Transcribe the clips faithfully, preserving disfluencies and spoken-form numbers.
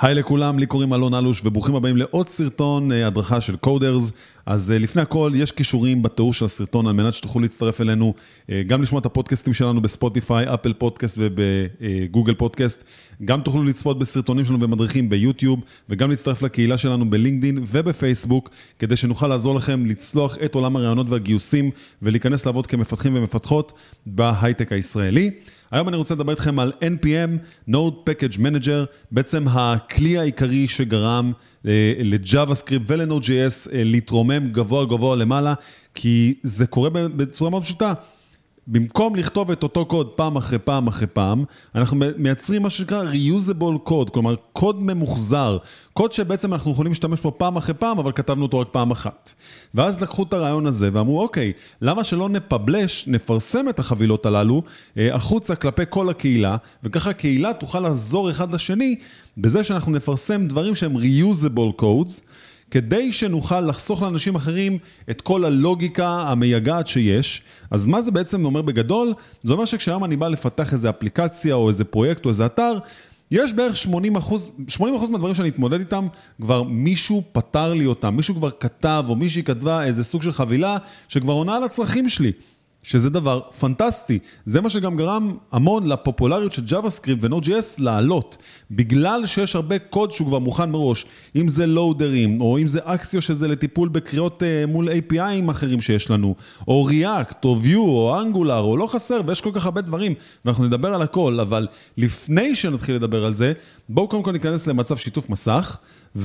היי לכולם, לי קוראים אלון אלוש וברוכים הבאים לעוד סרטון הדרכה של קודרס. אז לפני הכל יש קישורים בתיאור של הסרטון על מנת שתוכלו להצטרף אלינו, גם לשמוע את הפודקאסטים שלנו בספוטיפיי, אפל פודקאסט ובגוגל פודקאסט. גם תוכלו לצפות בסרטונים שלנו ומדריכים ביוטיוב, וגם להצטרף לקהילה שלנו בלינקדין ובפייסבוק, כדי שנוכל לעזור לכם לצלוח את עולם הרעיונות והגיוסים ולהיכנס לעבוד כמפתחים ומפתחות בהייטק הישראלי. היום אני רוצה לדבר איתכם על N P M, Node Package Manager, בעצם הכלי העיקרי שגרם ל-JavaScript ול-Node.js להתרומם גבוה גבוה למעלה, כי זה קורה בצורה מאוד פשוטה. במקום לכתוב את אותו קוד פעם אחרי פעם אחרי פעם, אנחנו מייצרים מה שנקרא reusable code, כלומר קוד ממוחזר, קוד שבעצם אנחנו יכולים להשתמש בו פעם אחרי פעם, אבל כתבנו אותו רק פעם אחת. ואז לקחו את הרעיון הזה ואמרו, אוקיי, למה שלא נפבלש, נפרסם את החבילות הללו החוצה כלפי כל הקהילה, וככה הקהילה תוכל לעזור אחד לשני, בזה שאנחנו נפרסם דברים שהם reusable codes, כדי שנוכל לחסוך לאנשים אחרים את כל הלוגיקה המייגעת שיש. אז מה זה בעצם אומר בגדול? זה אומר שכשהיום אני בא לפתח איזו אפליקציה או איזה פרויקט או איזה אתר, יש בערך שמונים אחוז, שמונים אחוז מהדברים שאני אתמודד איתם, כבר מישהו פתר לי אותם, מישהו כבר כתב או מישהי כתבה איזה סוג של חבילה שכבר עונה על הצרכים שלי. שזה דבר פנטסטי. זה מה שגם גרם המון לפופולריות של JavaScript ו-Node.js לעלות, בגלל שיש הרבה קוד שהוא כבר מוכן מראש, אם זה לואודרים, או אם זה אקסיו שזה לטיפול בקריאות uh, מול A P I'ים אחרים שיש לנו, או React, או Vue, או Angular, או לא חסר, ויש כל כך הרבה דברים, ואנחנו נדבר על הכל, אבל לפני שנתחיל לדבר על זה, בואו קודם כל ניכנס למצב שיתוף מסך,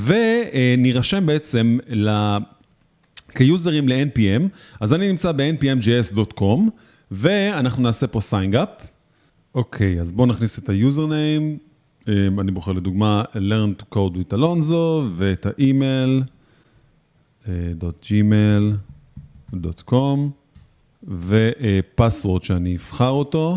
ונרשם בעצם ל... כיוזרים ל-N P M, אז אני נמצא ב-N P M J S dot com, ואנחנו נעשה פה sign up. אוקיי, אז בואו נכניס את היוזרניים, אני בוחר לדוגמה learn to code with Alonzo, ואת האימייל, .gmail dot com, ופסוורד שאני אבחר אותו.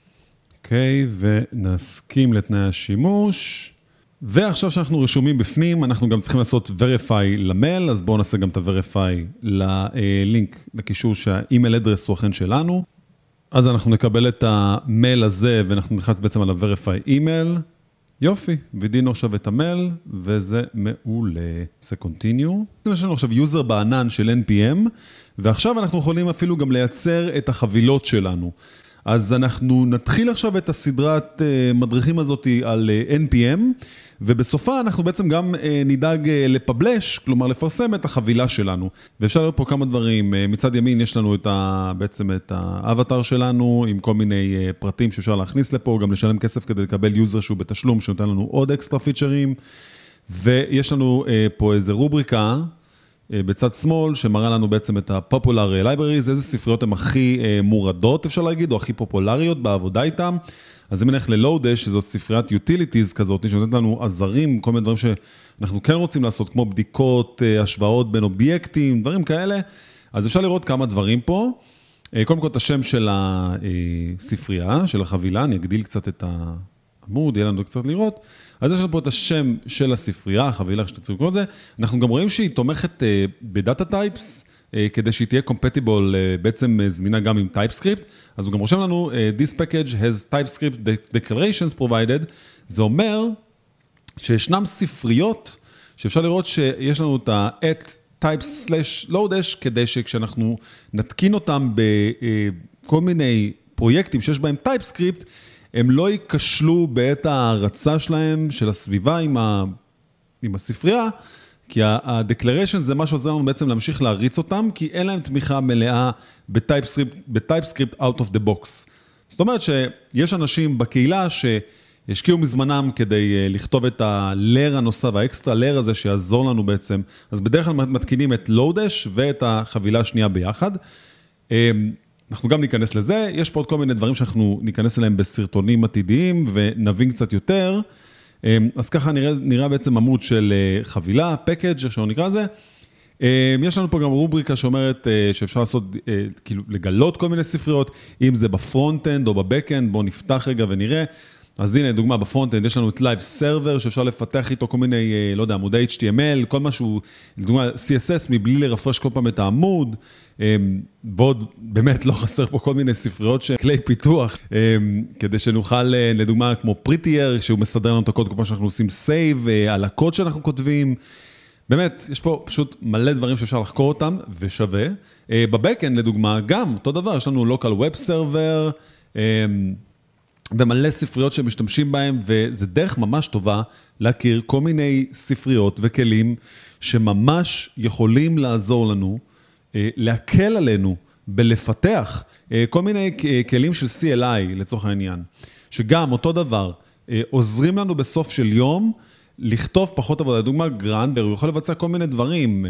אוקיי, ונסכים לתנאי השימוש. ועכשיו שאנחנו רשומים בפנים, אנחנו גם צריכים לעשות verify למייל, אז בואו נעשה גם את ה-verify ללינק, לקישור שהאימייל אדרס הוא אכן שלנו. אז אנחנו נקבל את המייל הזה, ואנחנו נחץ בעצם על ה-verify אימייל. יופי, וידינו עכשיו את המייל, וזה מעולה. זה continue. יש לנו עכשיו יוזר בענן של N P M, ועכשיו אנחנו יכולים אפילו גם לייצר את החבילות שלנו. אז אנחנו נתחיל עכשיו את הסדרת מדריכים הזאת על N P M, ובסופה אנחנו בעצם גם נדאג לפבלש, כלומר לפרסם את החבילה שלנו. ואפשר לראות פה כמה דברים. מצד ימין יש לנו את ה, בעצם את האבטר שלנו, עם כל מיני פרטים שאפשר להכניס לפה, גם לשלם כסף כדי לקבל יוזר שהוא בתשלום, שנותן לנו עוד אקסטרה פיצ'רים. ויש לנו פה איזה רובריקה, בצד שמאל, שמראה לנו בעצם את ה-Popular Libraries, איזה ספריות הן הכי מורדות, אפשר להגיד, או הכי פופולריות בעבודה איתם. אז אם נלך ל-Lodash, שזו ספריית Utilities כזאת, שנותנת לנו עזרים, כל מיני דברים שאנחנו כן רוצים לעשות, כמו בדיקות, השוואות בין אובייקטים, דברים כאלה. אז אפשר לראות כמה דברים פה. קודם כל את השם של הספרייה, של החבילה, אני אגדיל קצת את העמוד, יהיה לנו קצת לראות. אז יש לנו פה את השם של הספרייה, החבילה שתצטרכו לקרוא את זה. אנחנו גם רואים שהיא תומכת בדאטה טייפס, כדי שהיא תהיה compatible, בעצם זמינה גם עם TypeScript. אז הוא גם רושם לנו, this package has TypeScript declarations provided. זה אומר שישנם ספריות, שאפשר לראות שיש לנו את ה-at types/lodash, כדי שכשאנחנו נתקין אותם בכל מיני פרויקטים שיש בהם TypeScript, הם לא ייכשלו בעת ההרצה שלהם, של הסביבה עם, ה... עם הספרייה, כי ה-declaration זה מה שעוזר לנו בעצם להמשיך להריץ אותם, כי אין להם תמיכה מלאה בטייפסקריפט, בטייפסקריפט out of the box. זאת אומרת שיש אנשים בקהילה שהשקיעו מזמנם כדי לכתוב את ה-layer הנוסף, האקסטרה layer הזה שיעזור לנו בעצם, אז בדרך כלל מתקינים את Lodash ואת החבילה השנייה ביחד. אנחנו גם ניכנס לזה, יש פה עוד כל מיני דברים שאנחנו ניכנס אליהם בסרטונים עתידיים ונבין קצת יותר. אז ככה נראה, נראה בעצם עמוד של חבילה, package, איך שאנחנו נקרא זה. יש לנו פה גם רובריקה שאומרת שאפשר לעשות, כאילו לגלות כל מיני ספריות, אם זה בפרונט-אנד או בבק-אנד, בואו נפתח רגע ונראה. אז הנה, דוגמה, בפרונט-אנד יש לנו את Live Server, שאפשר לפתח איתו כל מיני, לא יודע, עמודי אייץ' טי אם אל, כל משהו, לדוגמה, סי אס אס, מבלי לרפרש כל פעם את העמוד, ועוד באמת לא חסר פה כל מיני ספריות של כלי פיתוח, כדי שנוכל, לדוגמה, כמו Prettier, שהוא מסדר לנו את הקוד כל פעם שאנחנו עושים save על הקוד שאנחנו כותבים, באמת, יש פה פשוט מלא דברים שאפשר לחקור אותם, ושווה. בבקאנד, לדוגמה, גם אותו דבר, יש לנו local web server, ומלא ספריות שמשתמשים בהם, וזה דרך ממש טובה להכיר כל מיני ספריות וכלים שממש יכולים לעזור לנו, להקל עלינו בלפתח כל מיני כלים של סי אל איי לצורך העניין, שגם אותו דבר עוזרים לנו בסוף של יום לכתוב פחות עבודה. לדוגמה, גרנדר, הוא יכול לבצע כל מיני דברים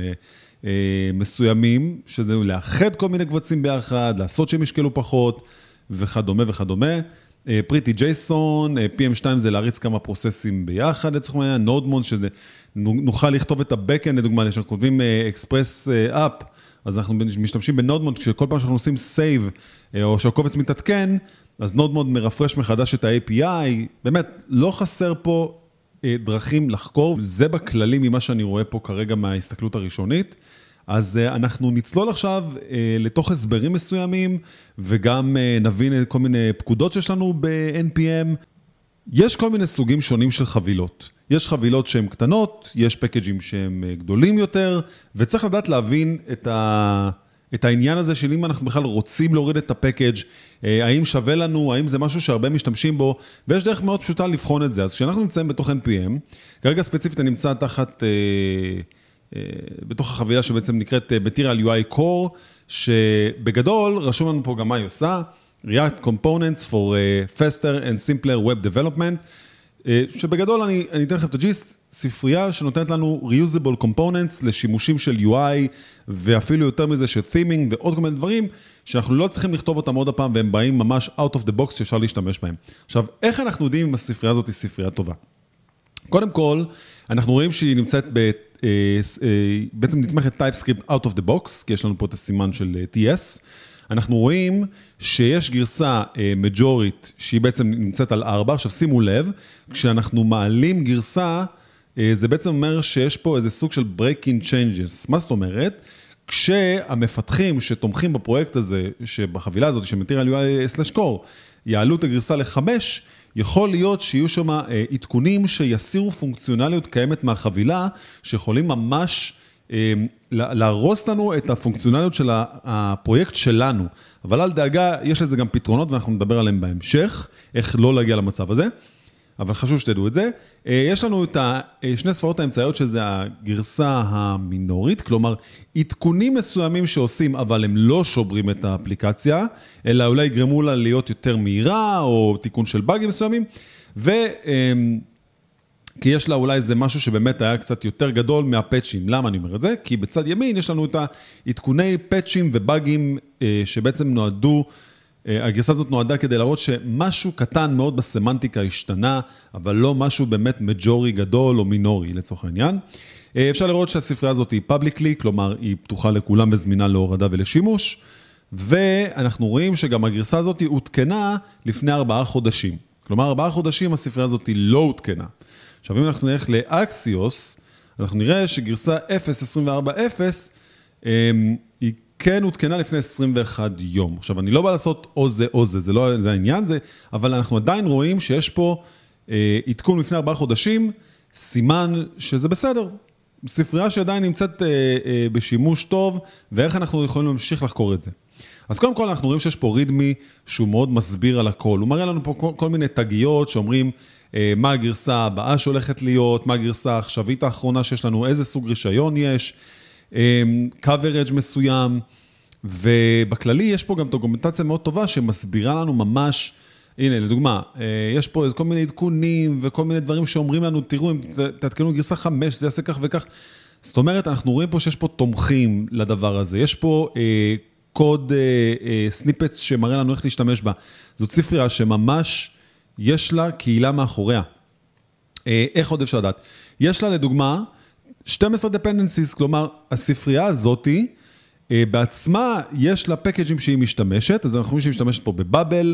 מסוימים, שזה לאחד כל מיני קבצים ביחד, לעשות שהם ישקלו פחות, וכדומה וכדומה. פריטי ג'ייסון, פי אם שתיים זה להריץ כמה פרוססים ביחד, לצורך העניין, נודמון, שנוכל לכתוב את הבקאנד, לדוגמה, כשאנחנו כותבים אקספרס אפ, אז אנחנו משתמשים בנודמון, כשכל פעם שאנחנו עושים סייב, או שהקובץ מתעדכן, אז נודמון מרפרש מחדש את ה-איי פי איי, באמת, לא חסר פה דרכים לחקור, זה בכללי ממה שאני רואה פה כרגע מההסתכלות הראשונית, אז אנחנו נצלול עכשיו לתוך הסברים מסוימים, וגם נבין כל מיני פקודות שיש לנו ב-אן פי אם. יש כל מיני סוגים שונים של חבילות. יש חבילות שהן קטנות, יש פקאג'ים שהם גדולים יותר, וצריך לדעת להבין את, ה... את העניין הזה של אם אנחנו בכלל רוצים להוריד את הפקאג', האם שווה לנו, האם זה משהו שהרבה משתמשים בו, ויש דרך מאוד פשוטה לבחון את זה. אז כשאנחנו נמצאים בתוך אן פי אם, כרגע ספציפית אני נמצא תחת... בתוך החבילה שבעצם נקראת Material יו איי Core, שבגדול רשום לנו פה גם מה היא עושה, React Components for Faster and Simpler Web Development, שבגדול אני, אני אתן לכם את הג'יסט, ספרייה שנותנת לנו Reusable Components לשימושים של יו איי, ואפילו יותר מזה של Theming ועוד כל מיני דברים, שאנחנו לא צריכים לכתוב אותם עוד הפעם, והם באים ממש out of the box שאפשר להשתמש בהם. עכשיו, איך אנחנו יודעים אם הספרייה הזאת היא ספרייה טובה? קודם כל, אנחנו רואים שהיא נמצאת ב... בעצם נתמכת TypeScript out of the box, כי יש לנו פה את הסימן של טי אס. אנחנו רואים שיש גרסה majority שהיא בעצם נמצאת על ארבע. עכשיו שימו לב, כשאנחנו מעלים גרסה, זה בעצם אומר שיש פה איזה סוג של breaking changes. מה זאת אומרת? כשהמפתחים שתומכים בפרויקט הזה, שבחבילה הזאת, ש-Material יו איי/Core, יעלו את הגרסה לחמש, יכול להיות שיהיו שם עדכונים שיסירו פונקציונליות קיימת מהחבילה, שיכולים ממש להרוס לנו את הפונקציונליות של הפרויקט שלנו. אבל על דאגה, יש לזה גם פתרונות, ואנחנו נדבר עליהם בהמשך, איך לא להגיע למצב הזה, אבל חשוב שתדעו את זה. יש לנו את שני ספרות האמצעיות, שזה הגרסה המינורית, כלומר, עדכונים מסוימים שעושים, אבל הם לא שוברים את האפליקציה, אלא אולי יגרמו לה להיות יותר מהירה, או תיקון של באגים מסוימים, ו... כי יש לה אולי זה משהו שבאמת היה קצת יותר גדול מהפאצ'ים. למה אני אומר את זה? כי בצד ימין יש לנו את העדכוני פאצ'ים ובאגים שבעצם נועדו, הגרסה הזאת נועדה כדי להראות שמשהו קטן מאוד בסמנטיקה השתנה, אבל לא משהו באמת מג'ורי גדול או מינורי לצורך העניין. אפשר לראות שהספרייה הזאת היא פאבליקלי, כלומר היא פתוחה לכולם וזמינה להורדה ולשימוש, ואנחנו רואים שגם הגרסה הזאת היא הותקנה לפני ארבעה חודשים. כלומר ארבעה חודשים הספרייה הזאת היא לא הותקנה. עכשיו, אם אנחנו נלך לאקסיוס, אנחנו נראה שגרסה אפס עשרים וארבע אפס, היא כן הותקנה לפני עשרים ואחד יום. עכשיו, אני לא בא לעשות או זה או זה, זה לא זה העניין, זה, אבל אנחנו עדיין רואים שיש פה עדכון לפני ארבעה חודשים, סימן שזה בסדר. ספרייה שעדיין נמצאת בשימוש טוב, ואיך אנחנו יכולים להמשיך לחקור את זה. אז קודם כל אנחנו רואים שיש פה רידמי שהוא מאוד מסביר על הכל. הוא מראה לנו פה כל, כל מיני תגיות שאומרים אה, מה הגרסה הבאה שהולכת להיות, מה הגרסה העכשווית האחרונה שיש לנו, איזה סוג רישיון יש, אה, coverage מסוים, ובכללי יש פה גם דוקומנטציה מאוד טובה שמסבירה לנו ממש, הנה לדוגמה, אה, יש פה כל מיני עדכונים וכל מיני דברים שאומרים לנו, תראו אם תתקנו גרסה חמש, זה יעשה כך וכך. זאת אומרת, אנחנו רואים פה שיש פה תומכים לדבר הזה, יש פה... אה, קוד סניפטס שמראה לנו איך להשתמש בה. זאת ספרייה שממש יש לה קהילה מאחוריה. איך עוד אפשר לדעת? יש לה לדוגמה שתים עשרה dependencies, כלומר הספרייה הזאת בעצמה יש לה פקאג'ים שהיא משתמשת, אז אנחנו רואים שהיא משתמשת פה בבאבל,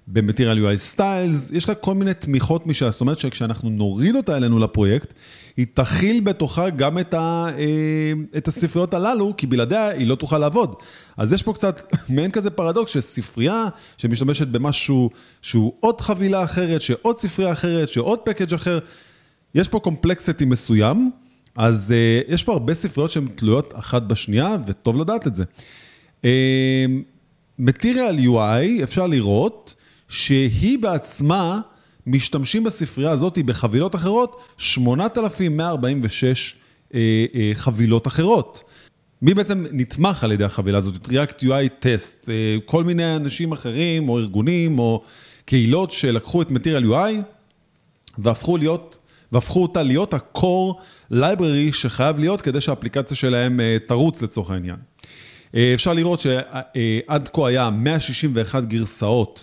ב-Material יו איי Styles, יש לה כל מיני תמיכות משלה, זאת אומרת שכשאנחנו נוריד אותה אלינו לפרויקט, היא תכיל בתוכה גם את, ה, את הספריות הללו, כי בלעדיה היא לא תוכל לעבוד. אז יש פה קצת מעין כזה פרדוקס, שספרייה שמשתמשת במשהו שהוא עוד חבילה אחרת, שעוד ספרייה אחרת, שעוד פקאג' אחר, יש פה קומפלקסיטי מסוים, אז uh, יש פה הרבה ספריות שהן תלויות אחת בשנייה, וטוב לדעת את זה. Uh, Material יו איי, אפשר לראות שהיא בעצמה משתמשים בספרייה הזאת בחבילות אחרות, שמונת אלפים מאה ארבעים ושש uh, uh, חבילות אחרות. מי בעצם נתמך על ידי החבילה הזאת? React יו איי Test, uh, כל מיני אנשים אחרים, או ארגונים, או קהילות שלקחו את Material יו איי, והפכו להיות... והפכו אותה להיות ה-core library שחייב להיות כדי שהאפליקציה שלהם תרוץ לצורך העניין. אפשר לראות שעד כה היה מאה שישים ואחת גרסאות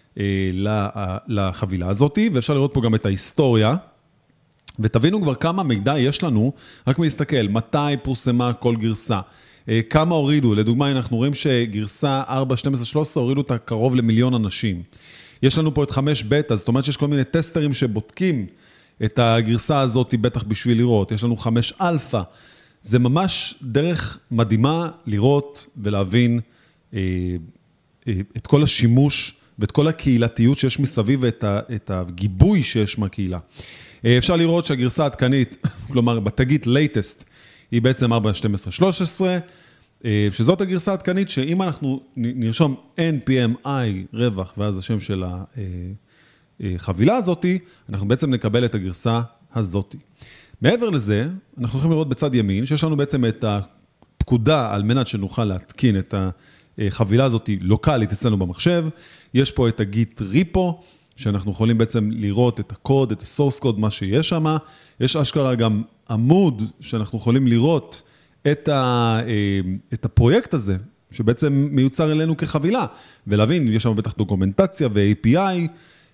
לחבילה הזאת, ואפשר לראות פה גם את ההיסטוריה, ותבינו כבר כמה מידע יש לנו, רק מלהסתכל, מתי פורסמה כל גרסה, כמה הורידו, לדוגמה אנחנו רואים שגרסה ארבע שתים עשרה שלוש עשרה הורידו אותה קרוב למיליון אנשים. יש לנו פה את חמש בטא, זאת אומרת שיש כל מיני טסטרים שבודקים את הגרסה הזאת בטח בשביל לראות. יש לנו חמש אלפא. זה ממש דרך מדהימה לראות ולהבין אה, אה, את כל השימוש ואת כל הקהילתיות שיש מסביב ואת ה, את הגיבוי שיש מהקהילה. אה, אפשר לראות שהגרסה העדכנית, כלומר בתגית latest, היא בעצם ארבע שתים עשרה שלוש עשרה, אה, שזאת הגרסה העדכנית שאם אנחנו נרשום אן פי אם איי רווח ואז השם של ה... אה, חבילה הזאת, אנחנו בעצם נקבל את הגרסה הזאת. מעבר לזה, אנחנו יכולים לראות בצד ימין, שיש לנו בעצם את הפקודה על מנת שנוכל להתקין את החבילה הזאת לוקלית אצלנו במחשב. יש פה את הגיט ריפו, שאנחנו יכולים בעצם לראות את הקוד, את הסורס קוד, מה שיש שם. יש אשכרה גם עמוד שאנחנו יכולים לראות את, ה, את הפרויקט הזה, שבעצם מיוצר אלינו כחבילה, ולהבין, יש שם בטח דוקומנטציה ו-איי פי איי,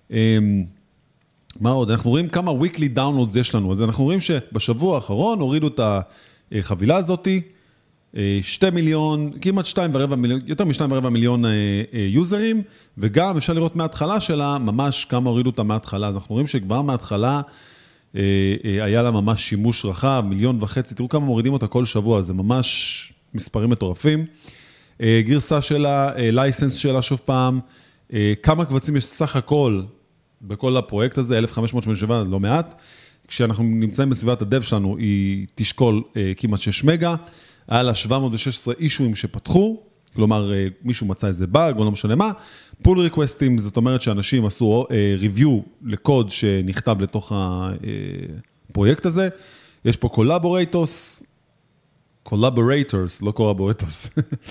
מה עוד? אנחנו רואים כמה weekly downloads יש לנו, אז אנחנו רואים שבשבוע האחרון הורידו את החבילה הזאת, שתי מיליון, כמעט שתיים ורבע מיליון, יותר משתיים ורבע מיליון יוזרים, וגם אפשר לראות מההתחלה שלה, ממש כמה הורידו אותה מההתחלה, אז אנחנו רואים שכבר מההתחלה היה לה ממש שימוש רחב, מיליון וחצי, תראו כמה מורידים אותה כל שבוע, זה ממש מספרים מטורפים. גרסה שלה, לייסנס שלה שוב פעם, כמה קבצים יש סך הכל בכל הפרויקט הזה, אלף חמש מאות שמונים ושבע, לא מעט. כשאנחנו נמצאים בסביבת הדב שלנו, היא תשקול כמעט שש מגה, היה לה שבע מאות ושש עשרה אישויים שפתחו, כלומר מישהו מצא איזה באג או לא משנה מה, פול ריקווסטים, זאת אומרת שאנשים עשו ריוויו לקוד שנכתב לתוך הפרויקט הזה, יש פה קולאבורייטוס, קולאבורייטורס, לא קולאבורייטוס,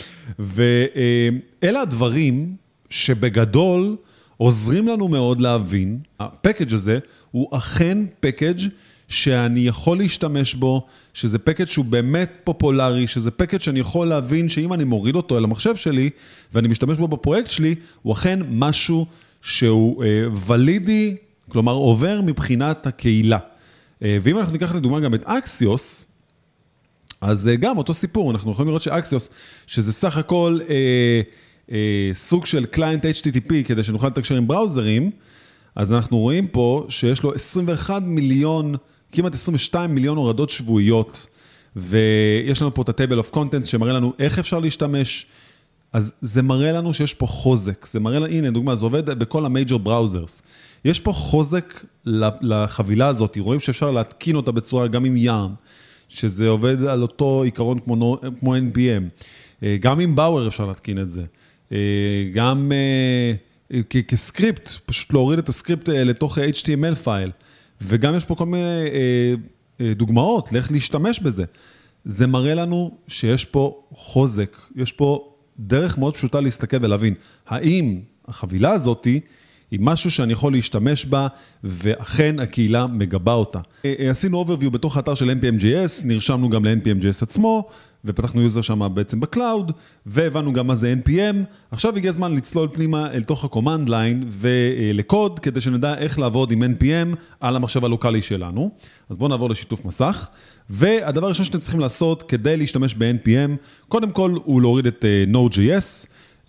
ואלה הדברים שבגדול עוזרים לנו מאוד להבין, הפקאג' הזה הוא אכן פקאג' שאני יכול להשתמש בו, שזה פקאג' שהוא באמת פופולרי, שזה פקאג' שאני יכול להבין שאם אני מוריד אותו אל המחשב שלי, ואני משתמש בו בפרויקט שלי, הוא אכן משהו שהוא אה, ולידי, כלומר עובר מבחינת הקהילה. אה, ואם אנחנו ניקח לדוגמה גם את אקסיוס, אז אה, גם אותו סיפור, אנחנו יכולים לראות שאקסיוס, שזה סך הכל... אה, סוג של קליינט אייץ' טי טי פי כדי שנוכל לתקשר עם בראוזרים, אז אנחנו רואים פה שיש לו עשרים ואחד מיליון, כמעט עשרים ושתיים מיליון הורדות שבועיות, ויש לנו פה את ה-Table of Contents שמראה לנו איך אפשר להשתמש, אז זה מראה לנו שיש פה חוזק, זה מראה לנו, הנה דוגמה, זה עובד בכל המייג'ר בראוזרס, יש פה חוזק לחבילה הזאת, רואים שאפשר להתקין אותה בצורה גם עם יארן, שזה עובד על אותו עיקרון כמו, כמו אן פי אם, גם עם באואר אפשר להתקין את זה, גם כסקריפט, פשוט להוריד את הסקריפט לתוך אייץ' טי אם אל פייל, וגם יש פה כל מיני דוגמאות לאיך להשתמש בזה. זה מראה לנו שיש פה חוזק, יש פה דרך מאוד פשוטה להסתכל ולהבין, האם החבילה הזאת היא משהו שאני יכול להשתמש בה, ואכן הקהילה מגבה אותה. עשינו overview בתוך האתר של אן פי אם ג'יי אס, נרשמנו גם ל-אן פי אם ג'יי אס עצמו, ופתחנו יוזר שם בעצם בקלאוד, והבנו גם מה זה אן פי אם. עכשיו הגיע הזמן לצלול פנימה אל תוך הקומנד ליין ולקוד, כדי שנדע איך לעבוד עם אן פי אם על המחשב הלוקלי שלנו. אז בואו נעבור לשיתוף מסך. והדבר הראשון שאתם צריכים לעשות כדי להשתמש ב-אן פי אם, קודם כל הוא להוריד את Node.js,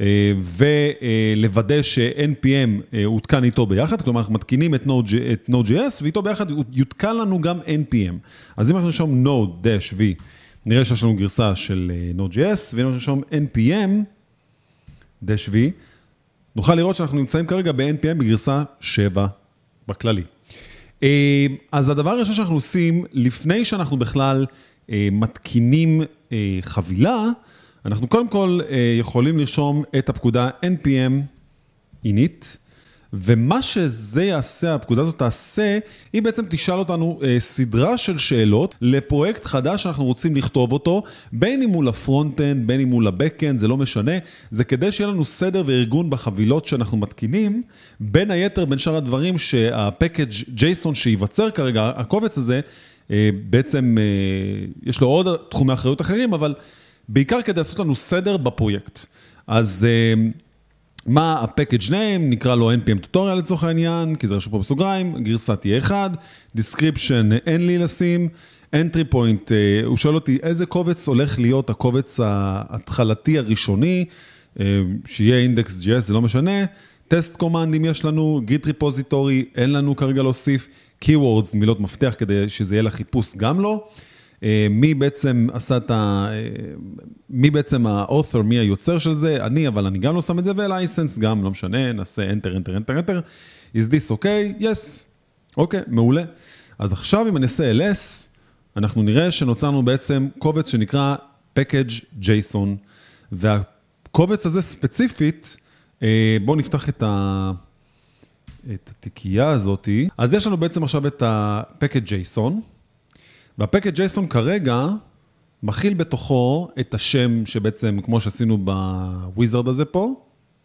ולוודא ש-אן פי אם הותקן איתו ביחד, כלומר אנחנו מתקינים את Node.js, ואיתו ביחד יותקן לנו גם אן פי אם. אז אם אנחנו נרשום Node-V, נראה שיש לנו גרסה של Node.js, ואם אנחנו נרשום אן פי אם-V, נוכל לראות שאנחנו נמצאים כרגע ב-אן פי אם בגרסה שבע בכללי. אז הדבר הראשון שאנחנו עושים, לפני שאנחנו בכלל מתקינים חבילה, אנחנו קודם כל יכולים לרשום את הפקודה אן פי אם init, ומה שזה יעשה, הפקודה הזאת תעשה, היא בעצם תשאל אותנו סדרה של שאלות לפרויקט חדש שאנחנו רוצים לכתוב אותו, בין אם הוא לפרונט-אנד, בין אם הוא לבק-אנד, זה לא משנה, זה כדי שיהיה לנו סדר וארגון בחבילות שאנחנו מתקינים, בין היתר, בין שאר הדברים שהפקאג' ג'ייסון שייווצר כרגע, הקובץ הזה, בעצם יש לו עוד תחומי אחריות אחרים, אבל בעיקר כדי לעשות לנו סדר בפרויקט. אז מה ה-package name, נקרא לו אן פי אם tutorial לצורך העניין, כי זה רשום פה בסוגריים, גרסה תהיה אחד, description אין לי לשים, entry point, הוא שואל אותי איזה קובץ הולך להיות הקובץ ההתחלתי הראשוני, שיהיה index.js, זה לא משנה, test command אם יש לנו, git repository, אין לנו כרגע להוסיף, keywords, מילות מפתח כדי שזה יהיה לחיפוש גם לא, מי בעצם עשה את ה... מי בעצם האות'ר, מי היוצר של זה, אני, אבל אני גם לא שם את זה, ולייסנס גם, לא משנה, נעשה enter, enter, enter, enter, is this okay? yes. אוקיי, מעולה. אז עכשיו אם אני אעשה ls, אנחנו נראה שנוצרנו בעצם קובץ שנקרא package JSON, והקובץ הזה ספציפית, בואו נפתח את ה... את התיקייה הזאת. אז יש לנו בעצם עכשיו את ה-package JSON, והפקאג' ג'ייסון כרגע מכיל בתוכו את השם שבעצם, כמו שעשינו בוויזרד הזה פה,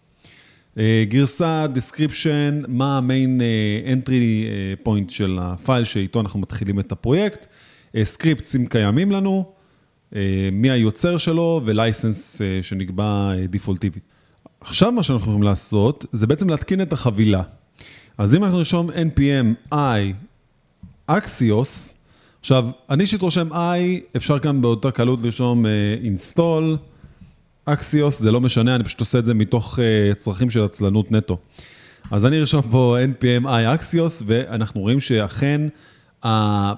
גרסה, description, מה המיין entry point של הפייל שאיתו אנחנו מתחילים את הפרויקט, סקריפטים קיימים לנו, מי היוצר שלו ולייסנס שנקבע דיפולטיבי. עכשיו מה שאנחנו יכולים לעשות, זה בעצם להתקין את החבילה. אז אם אנחנו נרשום אן פי אם i axios, עכשיו, אני שתרושם i, אפשר כאן באותה קלות לרשום uh, install, axios, זה לא משנה, אני פשוט עושה את זה מתוך uh, צרכים של הצלנות נטו. אז אני ארשום פה אן פי אם i axios, ואנחנו רואים שאכן, uh,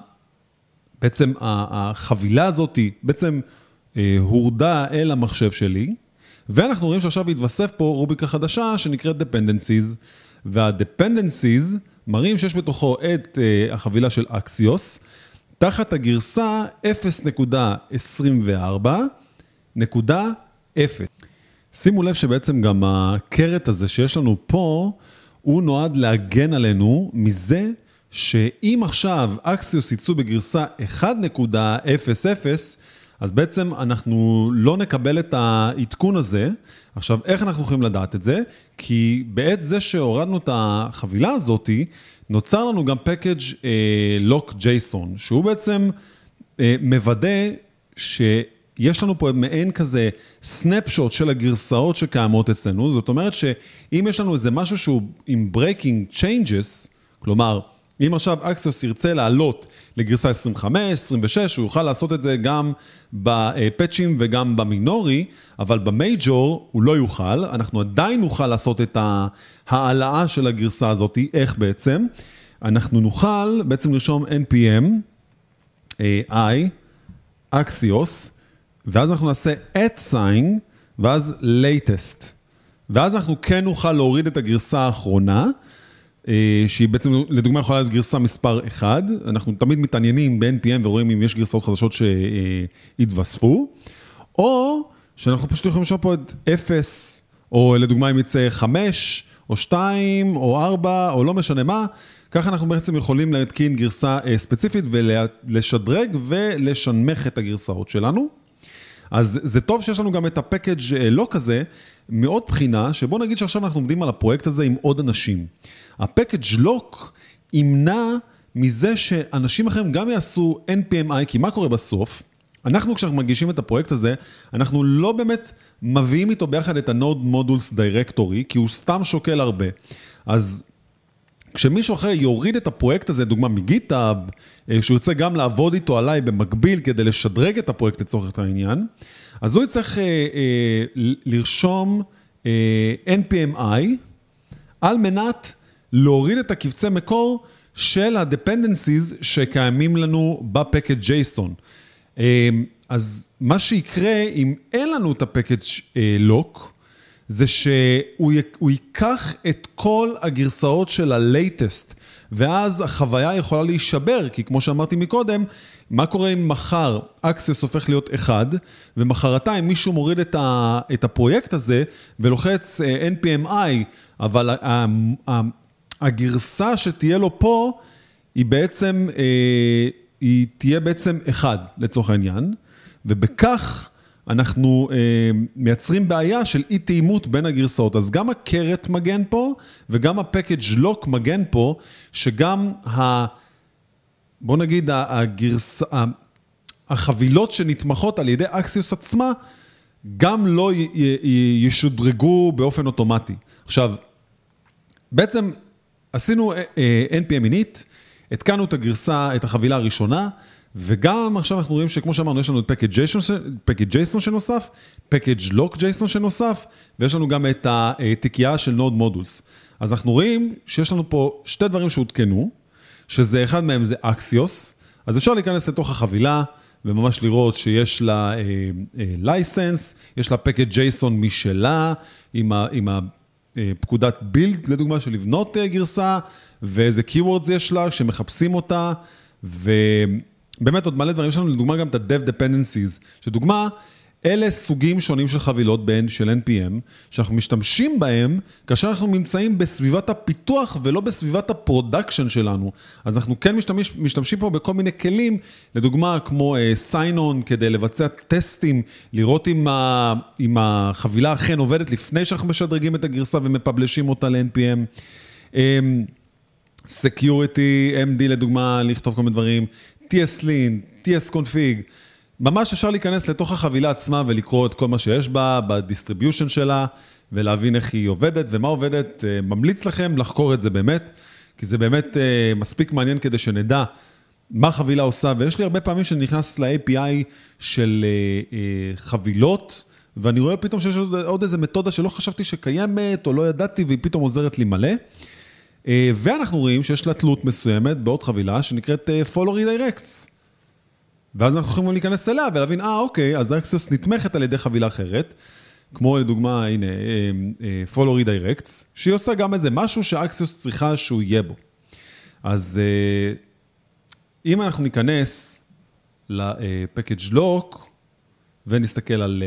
בעצם uh, החבילה הזאת, בעצם uh, הורדה אל המחשב שלי, ואנחנו רואים שעכשיו התווסף פה רוביקה חדשה שנקראת dependencies, וה-dependencies מראים שיש בתוכו את uh, החבילה של axios, תחת הגרסה אפס נקודה עשרים וארבע נקודה אפס. שימו לב שבעצם גם הקרת הזה שיש לנו פה, הוא נועד להגן עלינו מזה שאם עכשיו אקסיוס יצאו בגרסה אחת נקודה אפס אפס, אז בעצם אנחנו לא נקבל את העדכון הזה. עכשיו, איך אנחנו יכולים לדעת את זה? כי בעת זה שהורדנו את החבילה הזאת, נוצר לנו גם package lock JSON, שהוא בעצם מוודא שיש לנו פה מעין כזה סנפשוט של הגרסאות שקיימות אצלנו. זאת אומרת שאם יש לנו איזה משהו שהוא עם breaking changes, כלומר, אם עכשיו אקסיוס ירצה לעלות לגרסה עשרים וחמש, עשרים ושש, הוא יוכל לעשות את זה גם בפאצ'ים וגם במינורי, אבל במייג'ור הוא לא יוכל, אנחנו עדיין נוכל לעשות את העלאה של הגרסה הזאת, איך בעצם? אנחנו נוכל בעצם לרשום אן פי אם, i, axios, ואז אנחנו נעשה at sign, ואז latest, ואז אנחנו כן נוכל להוריד את הגרסה האחרונה, שהיא בעצם, לדוגמה, יכולה להיות גרסה מספר אחד, אנחנו תמיד מתעניינים ב-אן פי אם ורואים אם יש גרסאות חדשות שהתווספו, או שאנחנו פשוט יכולים לשאול פה את אפס, או לדוגמה אם יצא חמש, או שתיים, או ארבע, או לא משנה מה, ככה אנחנו בעצם יכולים להתקין גרסה ספציפית ולשדרג ולשנמך את הגרסאות שלנו. אז זה טוב שיש לנו גם את הפקאג' לא כזה, מאוד בחינה, שבוא נגיד שעכשיו אנחנו עומדים על הפרויקט הזה עם עוד אנשים. הפקאג' לוק ימנע מזה שאנשים אחרים גם יעשו אן פי אם איי, כי מה קורה בסוף? אנחנו כשאנחנו מגישים את הפרויקט הזה, אנחנו לא באמת מביאים איתו ביחד את ה-Node Modules Directory, כי הוא סתם שוקל הרבה. אז כשמישהו אחר יוריד את הפרויקט הזה, דוגמה מגיטאב, שהוא יוצא גם לעבוד איתו עליי במקביל כדי לשדרג את הפרויקט לצורך העניין, אז הוא יצטרך אה, אה, לרשום אן פי אם איי, על מנת להוריד את הקבצי מקור של ה-dependencies שקיימים לנו בפקאג' ג'ייסון. אז מה שיקרה אם אין לנו את הפקאג' לוק, זה שהוא ייקח את כל הגרסאות של ה-latest, ואז החוויה יכולה להישבר, כי כמו שאמרתי מקודם, מה קורה אם מחר אקסיוס הופך להיות אחד, ומחרתיים מישהו מוריד את, ה, את הפרויקט הזה, ולוחץ אן פי אם איי, אבל ה, ה, הגרסה שתהיה לו פה, היא בעצם, היא תהיה בעצם אחד, לצורך העניין, ובכך אנחנו אה, מייצרים בעיה של אי תאימות בין הגרסאות. אז גם הקרת מגן פה, וגם הפקאג' לוק מגן פה, שגם ה... בוא נגיד, הגרס... החבילות שנתמכות על ידי אקסיוס עצמה, גם לא י... י... ישודרגו באופן אוטומטי. עכשיו, בעצם עשינו אן פי אם init, התקנו את הגרסה, את החבילה הראשונה, וגם עכשיו אנחנו רואים שכמו שאמרנו, יש לנו את פקאג' ג'ייסון שנוסף, פקאג' לוק ג'ייסון שנוסף, ויש לנו גם את התיקייה של נוד מודולס. אז אנחנו רואים שיש לנו פה שתי דברים שהותקנו, שזה אחד מהם זה אקסיוס, אז אפשר להיכנס לתוך החבילה, וממש לראות שיש לה לייסנס, יש לה פקאג' ג'ייסון משלה, עם ה... עם ה פקודת בילד, לדוגמה, של לבנות גרסה, ואיזה keywords יש לה, שמחפשים אותה, ובאמת עוד מלא דברים, יש לנו לדוגמה גם את ה-dev dependencies, שדוגמה, אלה סוגים שונים של חבילות בין של אן פי אם, שאנחנו משתמשים בהם, כאשר אנחנו נמצאים בסביבת הפיתוח, ולא בסביבת הפרודקשן שלנו. אז אנחנו כן משתמש, משתמשים פה בכל מיני כלים, לדוגמה כמו uh, sign-on, כדי לבצע טסטים, לראות אם, ה, אם החבילה אכן עובדת, לפני שאנחנו משדרגים את הגרסה, ומפבלשים אותה ל-אן פי אם. Um, security, אם די לדוגמה, לכתוב כל מיני דברים, טי אס לין, טי אס config, ממש אפשר להיכנס לתוך החבילה עצמה ולקרוא את כל מה שיש בה, בדיסטריביושן שלה, ולהבין איך היא עובדת ומה עובדת. ממליץ לכם לחקור את זה באמת, כי זה באמת מספיק מעניין כדי שנדע מה החבילה עושה, ויש לי הרבה פעמים שאני נכנס ל-איי פי איי של חבילות, ואני רואה פתאום שיש עוד איזו מתודה שלא חשבתי שקיימת, או לא ידעתי, והיא פתאום עוזרת לי מלא. ואנחנו רואים שיש לה תלות מסוימת בעוד חבילה שנקראת follow redirects. ואז אנחנו יכולים להיכנס אליה ולהבין, אה, אוקיי, אז אקסיוס נתמכת על ידי חבילה אחרת, כמו לדוגמה, הנה, follow redirects, שהיא עושה גם איזה משהו שאקסיוס צריכה שהוא יהיה בו. אז אם אנחנו ניכנס לפקאג' לוק, ונסתכל על,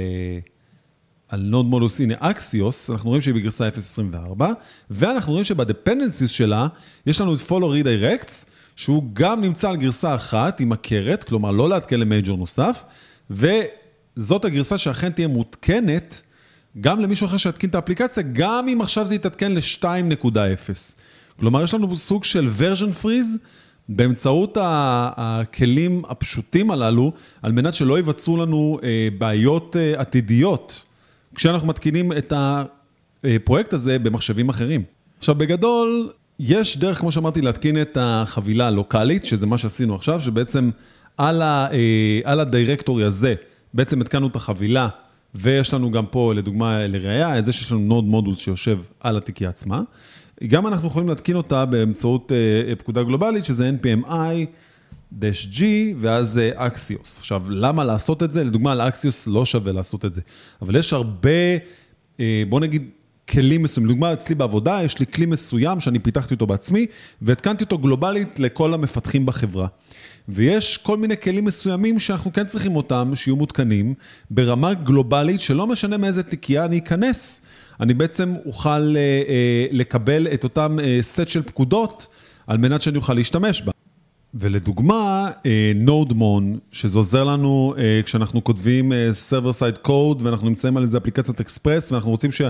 על נוד מודולס, הנה אקסיוס, אנחנו רואים שהיא בגרסה אפס עשרים וארבע, ואנחנו רואים שבדפנדנסיס שלה, יש לנו את follow redirects, שהוא גם נמצא על גרסה אחת עם הקרת, כלומר לא להתקן למייג'ור נוסף, וזאת הגרסה שאכן תהיה מותקנת, גם למישהו אחר שיתקין את האפליקציה, גם אם עכשיו זה יתעדכן ל-שתיים נקודה אפס. כלומר, יש לנו סוג של version freeze, באמצעות הכלים הפשוטים הללו, על מנת שלא ייווצרו לנו בעיות עתידיות, כשאנחנו מתקינים את הפרויקט הזה במחשבים אחרים. עכשיו, בגדול, יש דרך, כמו שאמרתי, להתקין את החבילה הלוקלית, שזה מה שעשינו עכשיו, שבעצם על, ה, על הדירקטורי הזה, בעצם התקנו את החבילה, ויש לנו גם פה, לדוגמה, לראיה, את זה שיש לנו נוד מודול שיושב על התיקייה עצמה. גם אנחנו יכולים להתקין אותה באמצעות פקודה גלובלית, שזה אן פי אם איי ג'י, ואז אקסיוס. עכשיו, למה לעשות את זה? לדוגמה, על אקסיוס לא שווה לעשות את זה. אבל יש הרבה, בוא נגיד, כלים מסוים. לדוגמה, אצלי בעבודה, יש לי כלי מסוים שאני פיתחתי אותו בעצמי, והתקנתי אותו גלובלית לכל המפתחים בחברה. ויש כל מיני כלים מסוימים שאנחנו כן צריכים אותם, שיהיו מותקנים, ברמה גלובלית, שלא משנה מאיזה תיקייה אני אכנס, אני בעצם אוכל לקבל את אותם סט של פקודות, על מנת שאני אוכל להשתמש בה. ולדוגמה, נודמון, שזה עוזר לנו כשאנחנו כותבים server side code, ואנחנו נמצאים על איזה אפליקציית אקספרס, ואנחנו רוצים ש...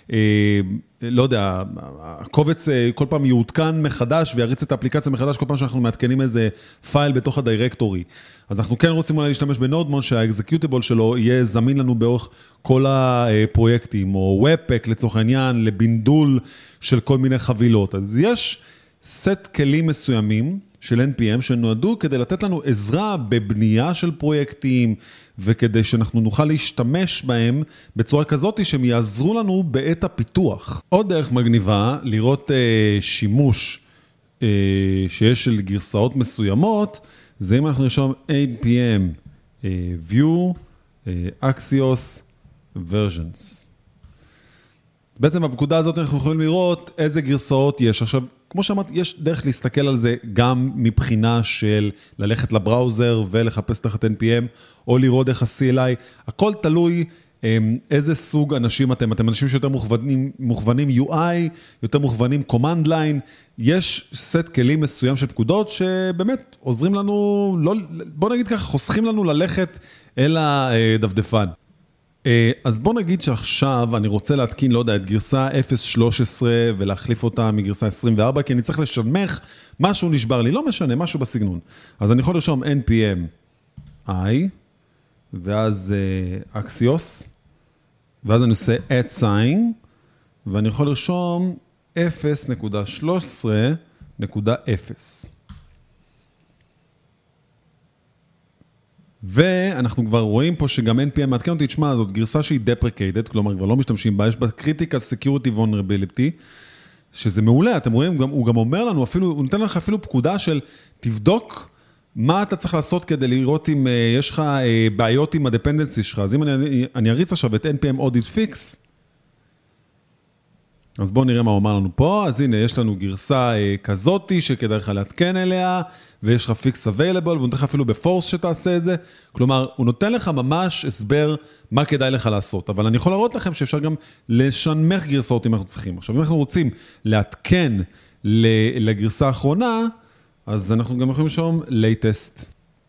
לא יודע, הקובץ כל פעם יעודכן מחדש, ויריץ את האפליקציה מחדש כל פעם שאנחנו מעדכנים איזה פייל בתוך הדירקטורי. אז אנחנו כן רוצים אולי להשתמש בנודמון, שהאקזקיוטיבול שלו יהיה זמין לנו באורך כל הפרויקטים, או Webpack לצורך העניין, לבינדול של כל מיני חבילות. אז יש סט כלים מסוימים, של אן פי אם שנועדו כדי לתת לנו עזרה בבנייה של פרויקטים, וכדי שאנחנו נוכל להשתמש בהם בצורה כזאת שהם יעזרו לנו בעת הפיתוח. עוד דרך מגניבה, לראות אה, שימוש אה, שיש של גרסאות מסוימות, זה אם אנחנו נרשום אן פי אם אה, view, אה, axios, versions. בעצם בפקודה הזאת אנחנו יכולים לראות איזה גרסאות יש. עכשיו, כמו שאמרתי, יש דרך להסתכל על זה גם מבחינה של ללכת לבראוזר ולחפש תחת אן פי אם, או לראות איך ה-סי אל איי. הכל תלוי איזה סוג אנשים אתם. אתם אנשים שיותר מוכוונים, מוכוונים יו איי, יותר מוכוונים command line. יש סט כלים מסוים של פקודות שבאמת עוזרים לנו, לא, בוא נגיד ככה, חוסכים לנו ללכת אל הדפדפן. אז בוא נגיד שעכשיו אני רוצה להתקין, לא יודע, את גרסה אפס שלוש עשרה ולהחליף אותה מגרסה עשרים וארבע, כי אני צריך לשנמך, משהו נשבר לי, לא משנה, משהו בסגנון. אז אני יכול לרשום אן פי אם i, ואז uh, axios, ואז אני עושה at sign, ואני יכול לרשום אפס נקודה שלוש עשרה נקודה אפס. ואנחנו כבר רואים פה שגם אן פי אם מעדכן אותי, תשמע, זאת גרסה שהיא deprecated, כלומר כבר לא משתמשים בה, יש בה critical security vulnerability, שזה מעולה, אתם רואים, הוא גם אומר לנו, אפילו, הוא נותן לך אפילו פקודה של תבדוק מה אתה צריך לעשות כדי לראות אם יש לך בעיות עם ה-dependency שלך. אז אם אני, אני אריץ עכשיו את אן פי אם audit fix, אז בואו נראה מה הוא אומר לנו פה. אז הנה, יש לנו גרסה כזאתי שכדאי לך להתקן אליה, ויש לך fix available, והוא נותן לך אפילו בפורס שתעשה את זה. כלומר, הוא נותן לך ממש הסבר מה כדאי לך לעשות. אבל אני יכול להראות לכם שאפשר גם לשנמך גרסאות אם אנחנו צריכים. עכשיו, אם אנחנו רוצים להתקן לגרסה האחרונה, אז אנחנו גם יכולים לשאול latest.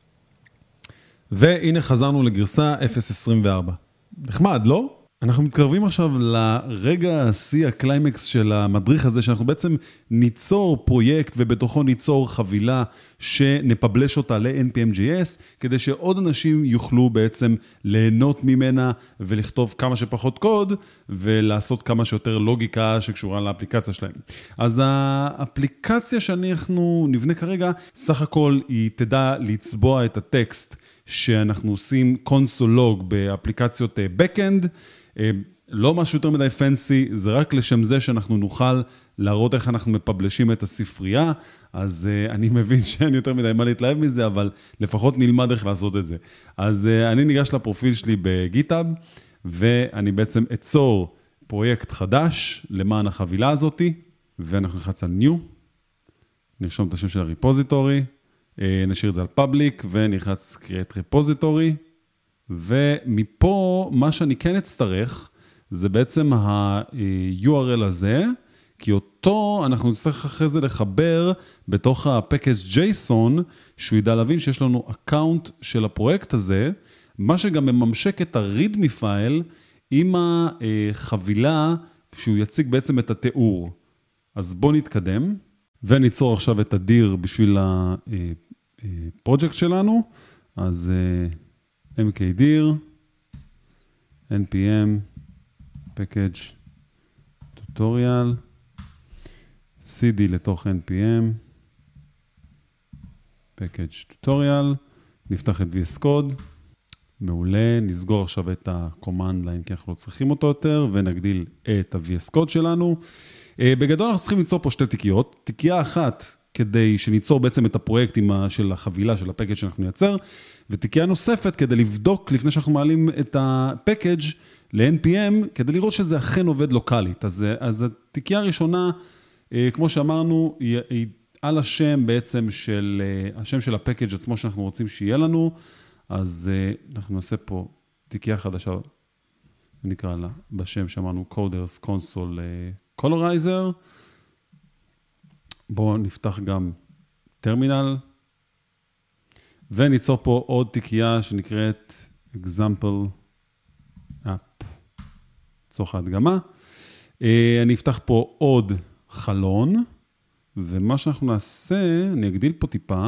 והנה חזרנו לגרסה אפס עשרים וארבע. נחמד, לא? אנחנו מתקרבים עכשיו לרגע השיא הקליימקס של המדריך הזה, שאנחנו בעצם ניצור פרויקט ובתוכו ניצור חבילה שנפבלש אותה ל-אן פי אם ג'י אס, כדי שעוד אנשים יוכלו בעצם ליהנות ממנה ולכתוב כמה שפחות קוד, ולעשות כמה שיותר לוגיקה שקשורה לאפליקציה שלהם. אז האפליקציה שאנחנו נבנה כרגע, סך הכל היא תדע לצבוע את הטקסט שאנחנו עושים קונסול-לוג באפליקציות backend, לא משהו יותר מדי פנסי, זה רק לשם זה שאנחנו נוכל להראות איך אנחנו מפבלשים את הספרייה, אז uh, אני מבין שאין יותר מדי מה להתלהב מזה, אבל לפחות נלמד איך לעשות את זה. אז uh, אני ניגש לפרופיל שלי בגיטהאב, ואני בעצם אצור פרויקט חדש למען החבילה הזאת, ואנחנו נחץ על New, נרשום את השם של הריפוזיטורי, נשאיר את זה על פאבליק, ונלחץ create repository, ומפה מה שאני כן אצטרך, זה בעצם ה-יו אר אל הזה, כי אותו אנחנו נצטרך אחרי זה לחבר בתוך ה-package JSON, שהוא ידע להבין שיש לנו אקאונט של הפרויקט הזה, מה שגם מממשק את ה-readme file, עם החבילה, שהוא יציג בעצם את התיאור. אז בואו נתקדם. וניצור עכשיו את הדיר בשביל הפרויקט שלנו. אז אם קיי dir, אן פי אם, package, tutorial, סי די לתוך אן פי אם, package, tutorial, נפתח את וי אס Code, מעולה, נסגור עכשיו את ה-command line כי אנחנו לא צריכים אותו יותר, ונגדיל את ה-וי אס Code שלנו. בגדול אנחנו צריכים ליצור פה שתי תיקיות, תיקייה אחת כדי שניצור בעצם את הפרויקט של החבילה, של הפקאג' שאנחנו נייצר, ותיקייה נוספת כדי לבדוק לפני שאנחנו מעלים את הפקאג' ל-אן פי אם, כדי לראות שזה אכן עובד לוקלית. אז, אז התיקייה הראשונה, כמו שאמרנו, היא, היא על השם בעצם של, השם של הפקאג' עצמו שאנחנו רוצים שיהיה לנו, אז אנחנו נעשה פה תיקייה חדשה, נקרא לה בשם שאמרנו Coders Console Colorizer. בואו נפתח גם טרמינל, וניצור פה עוד תיקייה שנקראת Example App, צורך ההדגמה. אני אפתח פה עוד חלון, ומה שאנחנו נעשה, אני אגדיל פה טיפה,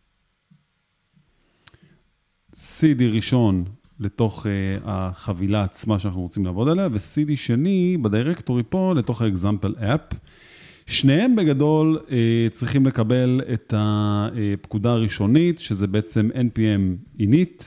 סי די ראשון לתוך uh, החבילה עצמה שאנחנו רוצים לעבוד עליה, ו-סי די שני בדירקטורי פה לתוך ה-Example App, שניהם בגדול צריכים לקבל את הפקודה הראשונית, שזה בעצם אן פי אם init.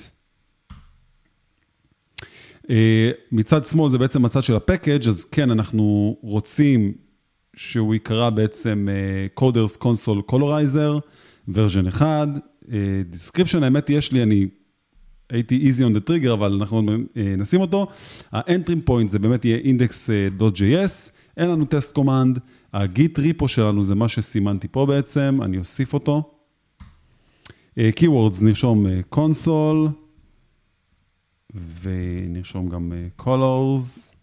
מצד שמאל זה בעצם הצד של הפקאג', אז כן, אנחנו רוצים שהוא יקרא בעצם Coders Console Colorizer, version אחד, description, האמת יש לי, אני הייתי easy on the trigger, אבל אנחנו נשים אותו. ה-entry point זה באמת יהיה index.js, אין לנו test command, ה-git repo שלנו זה מה שסימנתי פה בעצם, אני אוסיף אותו. keywords נרשום console, ונרשום גם colors.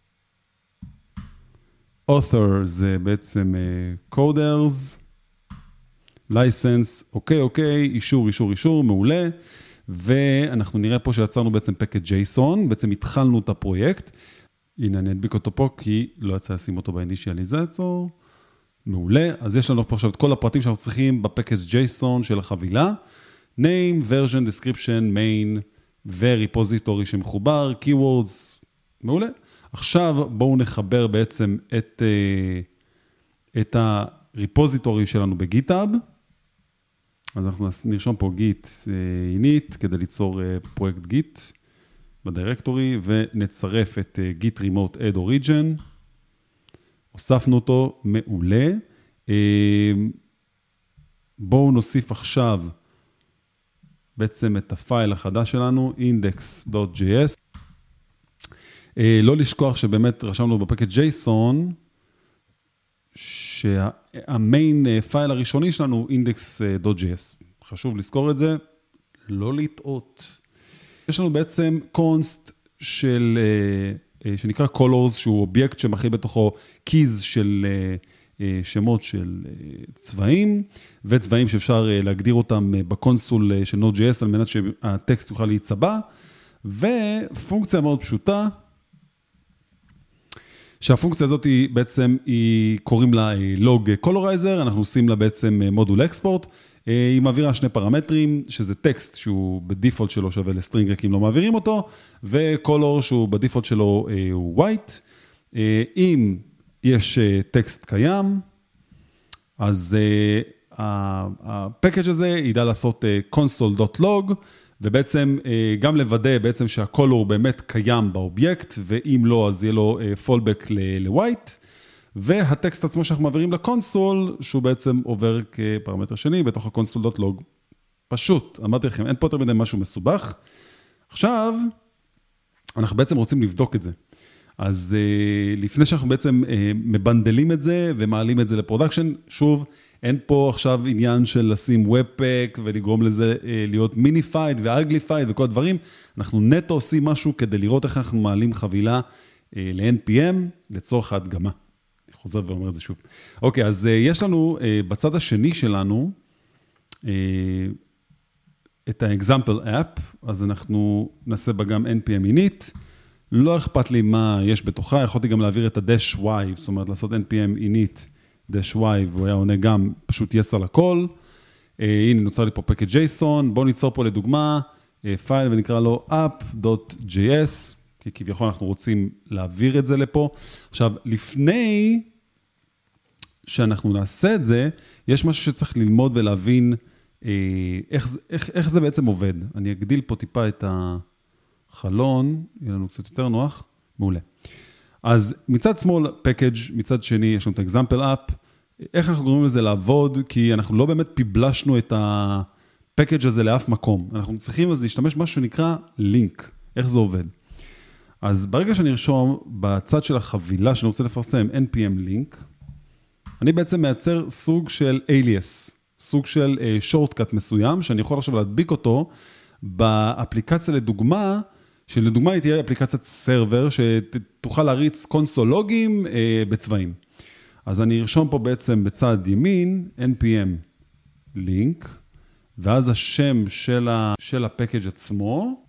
author זה בעצם coders. license, אוקיי, אוקיי, אישור, אישור, אישור, מעולה. ואנחנו נראה פה שיצרנו בעצם package JSON, בעצם התחלנו את הפרויקט. הנה, אני אדביק אותו פה, כי לא יצא לשים אותו באינישיאליזטור. מעולה. אז יש לנו פה עכשיו את כל הפרטים שאנחנו צריכים בפקאג' JSON של החבילה. name, version, description, main, וריפוזיטורי שמחובר, keywords, מעולה. עכשיו בואו נחבר בעצם את, את הריפוזיטורי שלנו בגיטאב. אז אנחנו נרשום פה git init כדי ליצור פרויקט git בדירקטורי, ונצרף את git remote add origin. הוספנו אותו, מעולה. בואו נוסיף עכשיו בעצם את הפייל החדש שלנו, index.js. לא לשכוח שבאמת רשמנו בפקאג' JSON, שהמיין פייל הראשוני שלנו הוא index.js. חשוב לזכור את זה, לא לטעות. יש לנו בעצם קונסט של, שנקרא colors, שהוא אובייקט שמכיל בתוכו keys של שמות של צבעים, וצבעים שאפשר להגדיר אותם בקונסול של Node.js, על מנת שהטקסט יוכל להיצבע, ופונקציה מאוד פשוטה, שהפונקציה הזאת היא בעצם, היא קוראים לה log colorizer, אנחנו עושים לה בעצם מודול אקספורט, היא מעבירה שני פרמטרים, שזה טקסט שהוא בדיפולט שלו שווה לסטרינג רק אם לא מעבירים אותו, וקולור שהוא בדיפולט שלו הוא white. אם יש טקסט קיים, אז הפקאג' הזה ידע לעשות console.log, ובעצם גם לוודא בעצם שהקולור באמת קיים באובייקט, ואם לא, אז יהיה לו fallback ל-white, והטקסט עצמו שאנחנו מעבירים לקונסול, שהוא בעצם עובר כפרמטר שני, בתוך ה-console.log. פשוט, אמרתי לכם, אין פה יותר מדי משהו מסובך. עכשיו, אנחנו בעצם רוצים לבדוק את זה. אז לפני שאנחנו בעצם מבנדלים את זה, ומעלים את זה לפרודקשן, שוב, אין פה עכשיו עניין של לשים Webpack, ולגרום לזה להיות מיניפייד ואגליפייד וכל הדברים. אנחנו נטו עושים משהו כדי לראות איך אנחנו מעלים חבילה ל-אן פי אם, לצורך ההדגמה. אני חוזר ואומר את זה שוב. אוקיי, אז יש לנו בצד השני שלנו, את ה-example app, אז אנחנו נעשה בה גם אן פי אם init, לא אכפת לי מה יש בתוכה, יכולתי גם להעביר את ה-dash y, זאת אומרת לעשות אן פי אם init, dash y, והוא היה עונה גם פשוט yes על הכל. הנה נוצר לי פה package JSON, בואו ניצור פה לדוגמה, פייל ונקרא לו app.js, כי כביכול אנחנו רוצים להעביר את זה לפה. עכשיו, לפני שאנחנו נעשה את זה, יש משהו שצריך ללמוד ולהבין איך, איך, איך זה בעצם עובד. אני אגדיל פה טיפה את החלון, יהיה לנו קצת יותר נוח, מעולה. אז מצד שמאל, package, מצד שני, יש לנו את ה-example app, איך אנחנו גורמים לזה לעבוד, כי אנחנו לא באמת פיבלשנו את ה-package הזה לאף מקום. אנחנו צריכים אז להשתמש משהו שנקרא link, איך זה עובד. אז ברגע שאני ארשום בצד של החבילה שאני רוצה לפרסם אן פי אם link, אני בעצם מייצר סוג של alias, סוג של shortcut מסוים, שאני יכול עכשיו להדביק אותו באפליקציה לדוגמה, שלדוגמה היא תהיה אפליקציית סרבר, שתוכל להריץ קונסולוגים בצבעים. אז אני ארשום פה בעצם בצד ימין, אן פי אם link, ואז השם של, ה, של הפקאג' עצמו,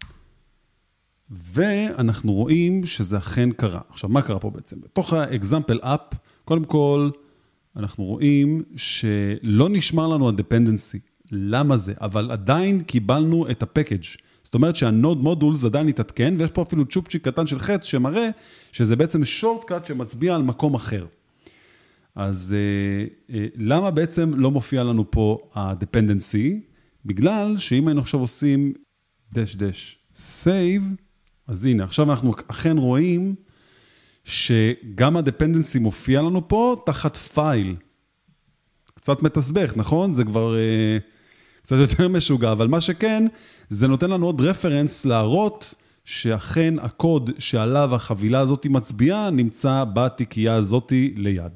ואנחנו רואים שזה אכן קרה. עכשיו, מה קרה פה בעצם? בתוך ה-example app, קודם כל, אנחנו רואים שלא נשמר לנו ה-dependency. למה זה? אבל עדיין קיבלנו את הפקאג'. זאת אומרת שהנוד מודולס עדיין יתעדכן, ויש פה אפילו צ'ופצ'יק קטן של חץ שמראה שזה בעצם שורטקאט שמצביע על מקום אחר. אז אה, אה, למה בעצם לא מופיע לנו פה ה-dependency? בגלל שאם היינו עכשיו עושים dash dash save, אז הנה, עכשיו אנחנו אכן רואים שגם ה-dependency מופיע לנו פה תחת פייל. קצת מתסבך, נכון? זה כבר אה, קצת יותר משוגע, אבל מה שכן, זה נותן לנו עוד רפרנס להראות שאכן הקוד שעליו החבילה הזאת מצביעה, נמצא בתיקייה הזאת ליד.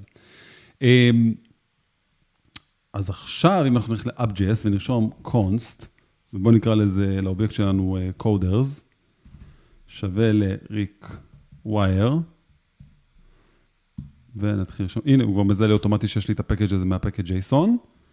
אז עכשיו, אם אנחנו נלך ל-app.js ונרשום const, ובואו נקרא לזה, לאובייקט שלנו coders, שווה ל-require, ונתחיל לרשום, הנה, הוא כבר מזהה לי אוטומטי שיש לי את הפקאג' הזה מהפקאג' JSON,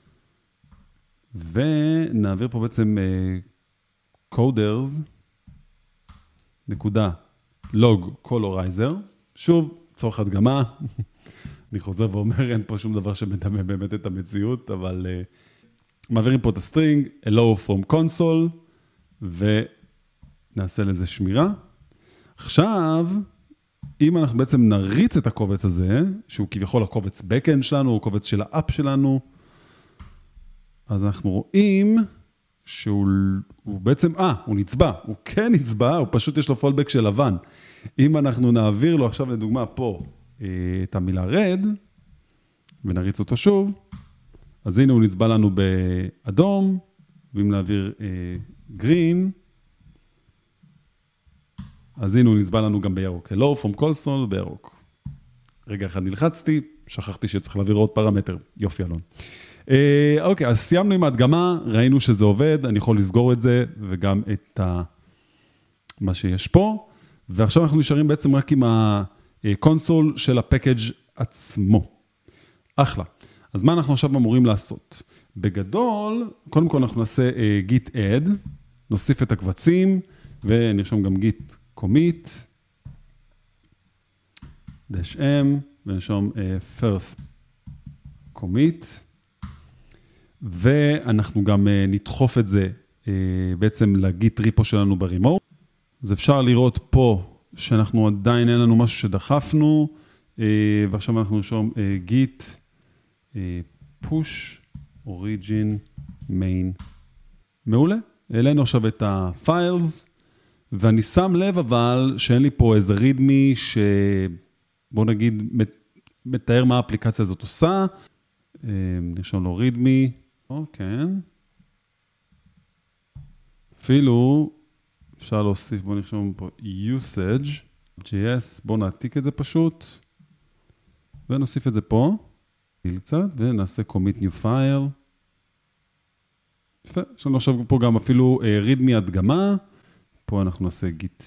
ונעביר פה בעצם coders, נקודה, log colorizer, שוב, צורך הדגמה, אני חוזר ואומר, אין פה שום דבר שמדמה באמת את המציאות, אבל uh, מעבירים פה את הסטרינג, hello from console, ונעשה לזה שמירה. עכשיו, אם אנחנו בעצם נריץ את הקובץ הזה, שהוא כביכול הקובץ backend שלנו, הוא קובץ של האפ שלנו, אז אנחנו רואים שהוא הוא בעצם, אה, הוא נצבע, הוא כן נצבע, הוא פשוט יש לו פולבק של לבן. אם אנחנו נעביר לו עכשיו לדוגמה פה, את המילה red, ונריץ אותו שוב, אז הנה הוא נצבע לנו באדום, ואם נעביר אה, green, אז הנה הוא נצבע לנו גם בירוק. Hello from console בירוק. רגע אחד נלחצתי, שכחתי שצריך להעביר עוד פרמטר. יופי אלון. אה, אוקיי, אז סיימנו עם ההדגמה, ראינו שזה עובד, אני יכול לסגור את זה, וגם את ה... מה שיש פה, ועכשיו אנחנו נשארים בעצם רק עם ה... קונסול של הפקאג' עצמו. אחלה. אז מה אנחנו עכשיו אמורים לעשות? בגדול, קודם כל אנחנו נעשה uh, git add, נוסיף את הקבצים, ונרשום גם git commit, dash m, ונרשום uh, first commit, ואנחנו גם uh, נדחוף את זה uh, בעצם לגיט ריפו שלנו ברימוט. אז אפשר לראות פה, שאנחנו עדיין אין לנו משהו שדחפנו, ועכשיו אנחנו נרשום git push origin main. מעולה. העלינו עכשיו את ה-files, ואני שם לב אבל שאין לי פה איזה readme שבוא נגיד מתאר מה האפליקציה הזאת עושה. נרשום לו readme. אוקיי. אפילו אפשר להוסיף, בואו נרשום פה usage, ג'י אס, בואו נעתיק את זה פשוט, ונוסיף את זה פה, קצת, ונעשה commit new file. יפה, יש לנו עכשיו פה גם אפילו uh, readme הדגמה, פה אנחנו נעשה git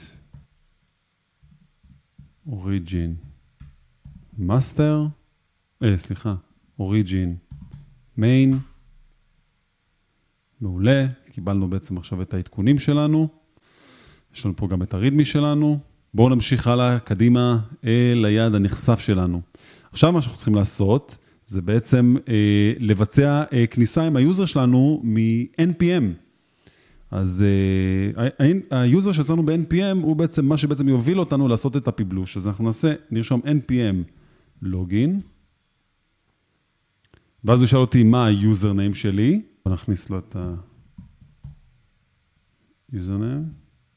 origin master, אה, סליחה, origin main, מעולה, קיבלנו בעצם עכשיו את העדכונים שלנו, יש לנו פה גם את הרידמי שלנו. בואו נמשיך הלאה, קדימה, אל היד הנחשף שלנו. עכשיו מה שאנחנו צריכים לעשות, זה בעצם אה, לבצע אה, כניסה עם היוזר שלנו מ-אן פי אם. אז אה, היוזר שעשינו ב-אן פי אם, הוא בעצם מה שבעצם יוביל אותנו לעשות את הפיבלוש. אז אנחנו נעשה, נרשום אן פי אם login, ואז הוא ישאל אותי מה היוזר ניים שלי. בוא נכניס לו את היוזר ניים.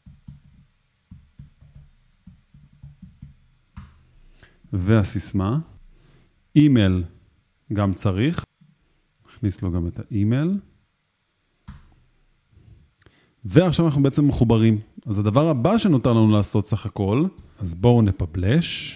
והסיסמה, אימייל גם צריך, נכניס לו גם את האימייל, ועכשיו אנחנו בעצם מחוברים. אז הדבר הבא שנותר לנו לעשות סך הכל, אז בואו נפבלש,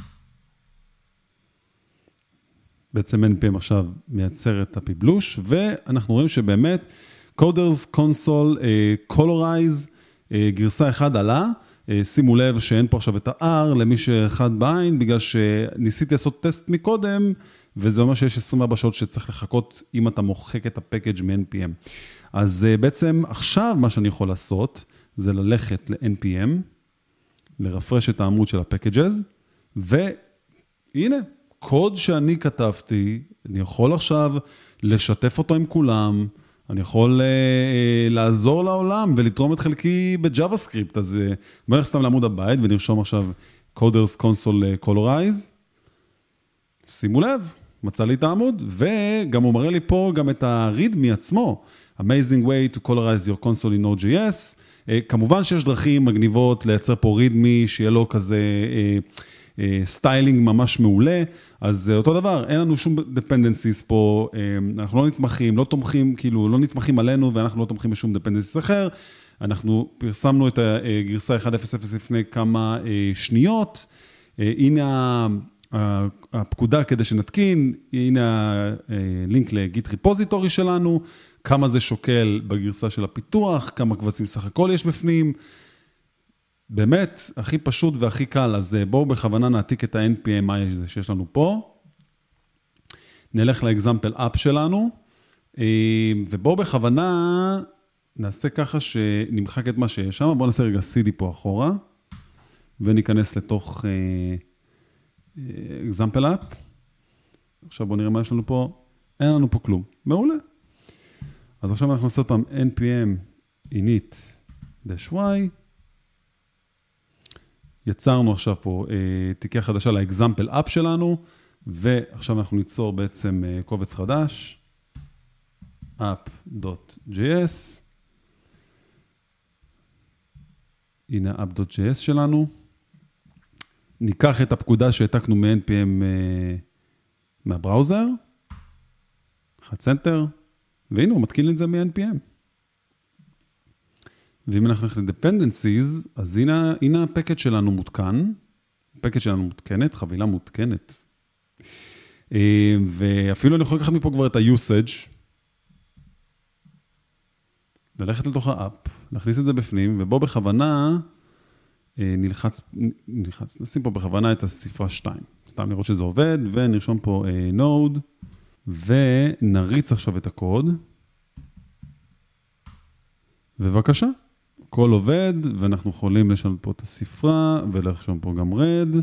בעצם אן פי אם עכשיו מייצר את הפיבלוש, ואנחנו רואים שבאמת, Coders Console Colorize, גרסה אחד עלה, שימו לב שאין פה עכשיו את ה-R למי שאחד בעין, בגלל שניסיתי לעשות טסט מקודם, וזה אומר שיש עשרים וארבע שעות שצריך לחכות אם אתה מוחק את הפקאג' מ-אן פי אם. אז בעצם עכשיו מה שאני יכול לעשות, זה ללכת ל-אן פי אם, לרפרש את העמוד של הפקאג'ז, והנה, קוד שאני כתבתי, אני יכול עכשיו לשתף אותו עם כולם, אני יכול uh, לעזור לעולם ולתרום את חלקי בג'אווה סקריפט, אז uh, בוא נלך סתם לעמוד הבית ונרשום עכשיו Coders Console Colorize. שימו לב, מצא לי את העמוד, וגם הוא מראה לי פה גם את ה-readme עצמו, Amazing way to colorize your console in Node.js. כמובן שיש דרכים מגניבות לייצר פה readme, שיהיה לו כזה סטיילינג ממש מעולה, אז אותו דבר, אין לנו שום dependencies פה, אנחנו לא נתמכים, לא תומכים, כאילו לא נתמכים עלינו, ואנחנו לא תומכים בשום dependencies אחר, אנחנו פרסמנו את הגרסה אחת נקודה אפס אפס לפני כמה שניות, הנה הפקודה כדי שנתקין, הנה הלינק לגיט ריפוזיטורי שלנו, כמה זה שוקל בגרסה של הפיתוח, כמה קבצים סך הכל יש בפנים, באמת, הכי פשוט והכי קל, אז בואו בכוונה נעתיק את ה-אן פי אם איי שיש לנו פה, נלך לאקזמפל אפ שלנו, ובואו בכוונה נעשה ככה שנמחק את מה שיש שם, בואו נעשה רגע סידי פה אחורה, וניכנס לתוך אקזמפל אפ, עכשיו בואו נראה מה יש לנו פה, אין לנו פה כלום, מעולה. אז עכשיו אנחנו נעשה פעם אן פי אם init-y, יצרנו עכשיו פה תיקה חדשה לאקזמפל אפ שלנו, ועכשיו אנחנו ניצור בעצם קובץ חדש, app.js, הנה app.js שלנו, ניקח את הפקודה שהעתקנו מ-אן פי אם מהבראוזר, חד סנטר, והנה הוא מתקין את זה מ-אן פי אם. ואם אנחנו נלך ל-dependencies, אז הנה, הנה הפקט שלנו מותקן, הפקט שלנו מותקנת, חבילה מותקנת. ואפילו אני יכול לקחת מפה כבר את ה-usage, ללכת לתוך האפ, להכניס את זה בפנים, ובו בכוונה נלחץ, נלחץ, נשים פה בכוונה את הספרה שתיים. סתם לראות שזה עובד, ונרשום פה node, ונריץ עכשיו את הקוד. ובבקשה, הכל עובד, ואנחנו יכולים לשנות פה את הספרה, ולרשום פה גם red.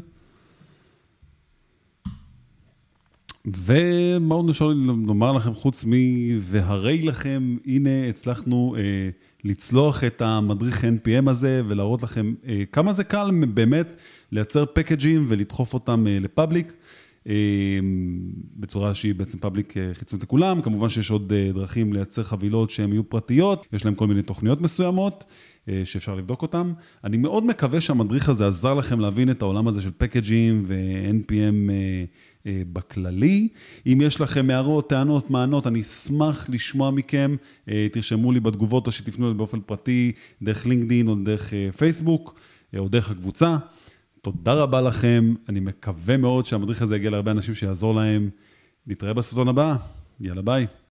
ומה עוד נשאר לי לומר לכם חוץ מ... והרי לכם, הנה הצלחנו אה, לצלוח את המדריך אן פי אם הזה, ולהראות לכם אה, כמה זה קל באמת לייצר פקאג'ים ולדחוף אותם אה, לפאבליק, אה, בצורה שהיא בעצם פאבליק אה, חיצונית לכולם. כמובן שיש עוד אה, דרכים לייצר חבילות שהן יהיו פרטיות, יש להם כל מיני תוכניות מסוימות, אה, שאפשר לבדוק אותם. אני מאוד מקווה שהמדריך הזה עזר לכם להבין את העולם הזה של פקאג'ים ו-אן פי אם אה, בכללי. אם יש לכם הערות, טענות, מענות, אני אשמח לשמוע מכם, תרשמו לי בתגובות או שתפנו לי באופן פרטי, דרך לינקדין או דרך פייסבוק, או דרך הקבוצה. תודה רבה לכם, אני מקווה מאוד שהמדריך הזה יגיע להרבה אנשים שיעזור להם. נתראה בסרטון הבא, יאללה ביי.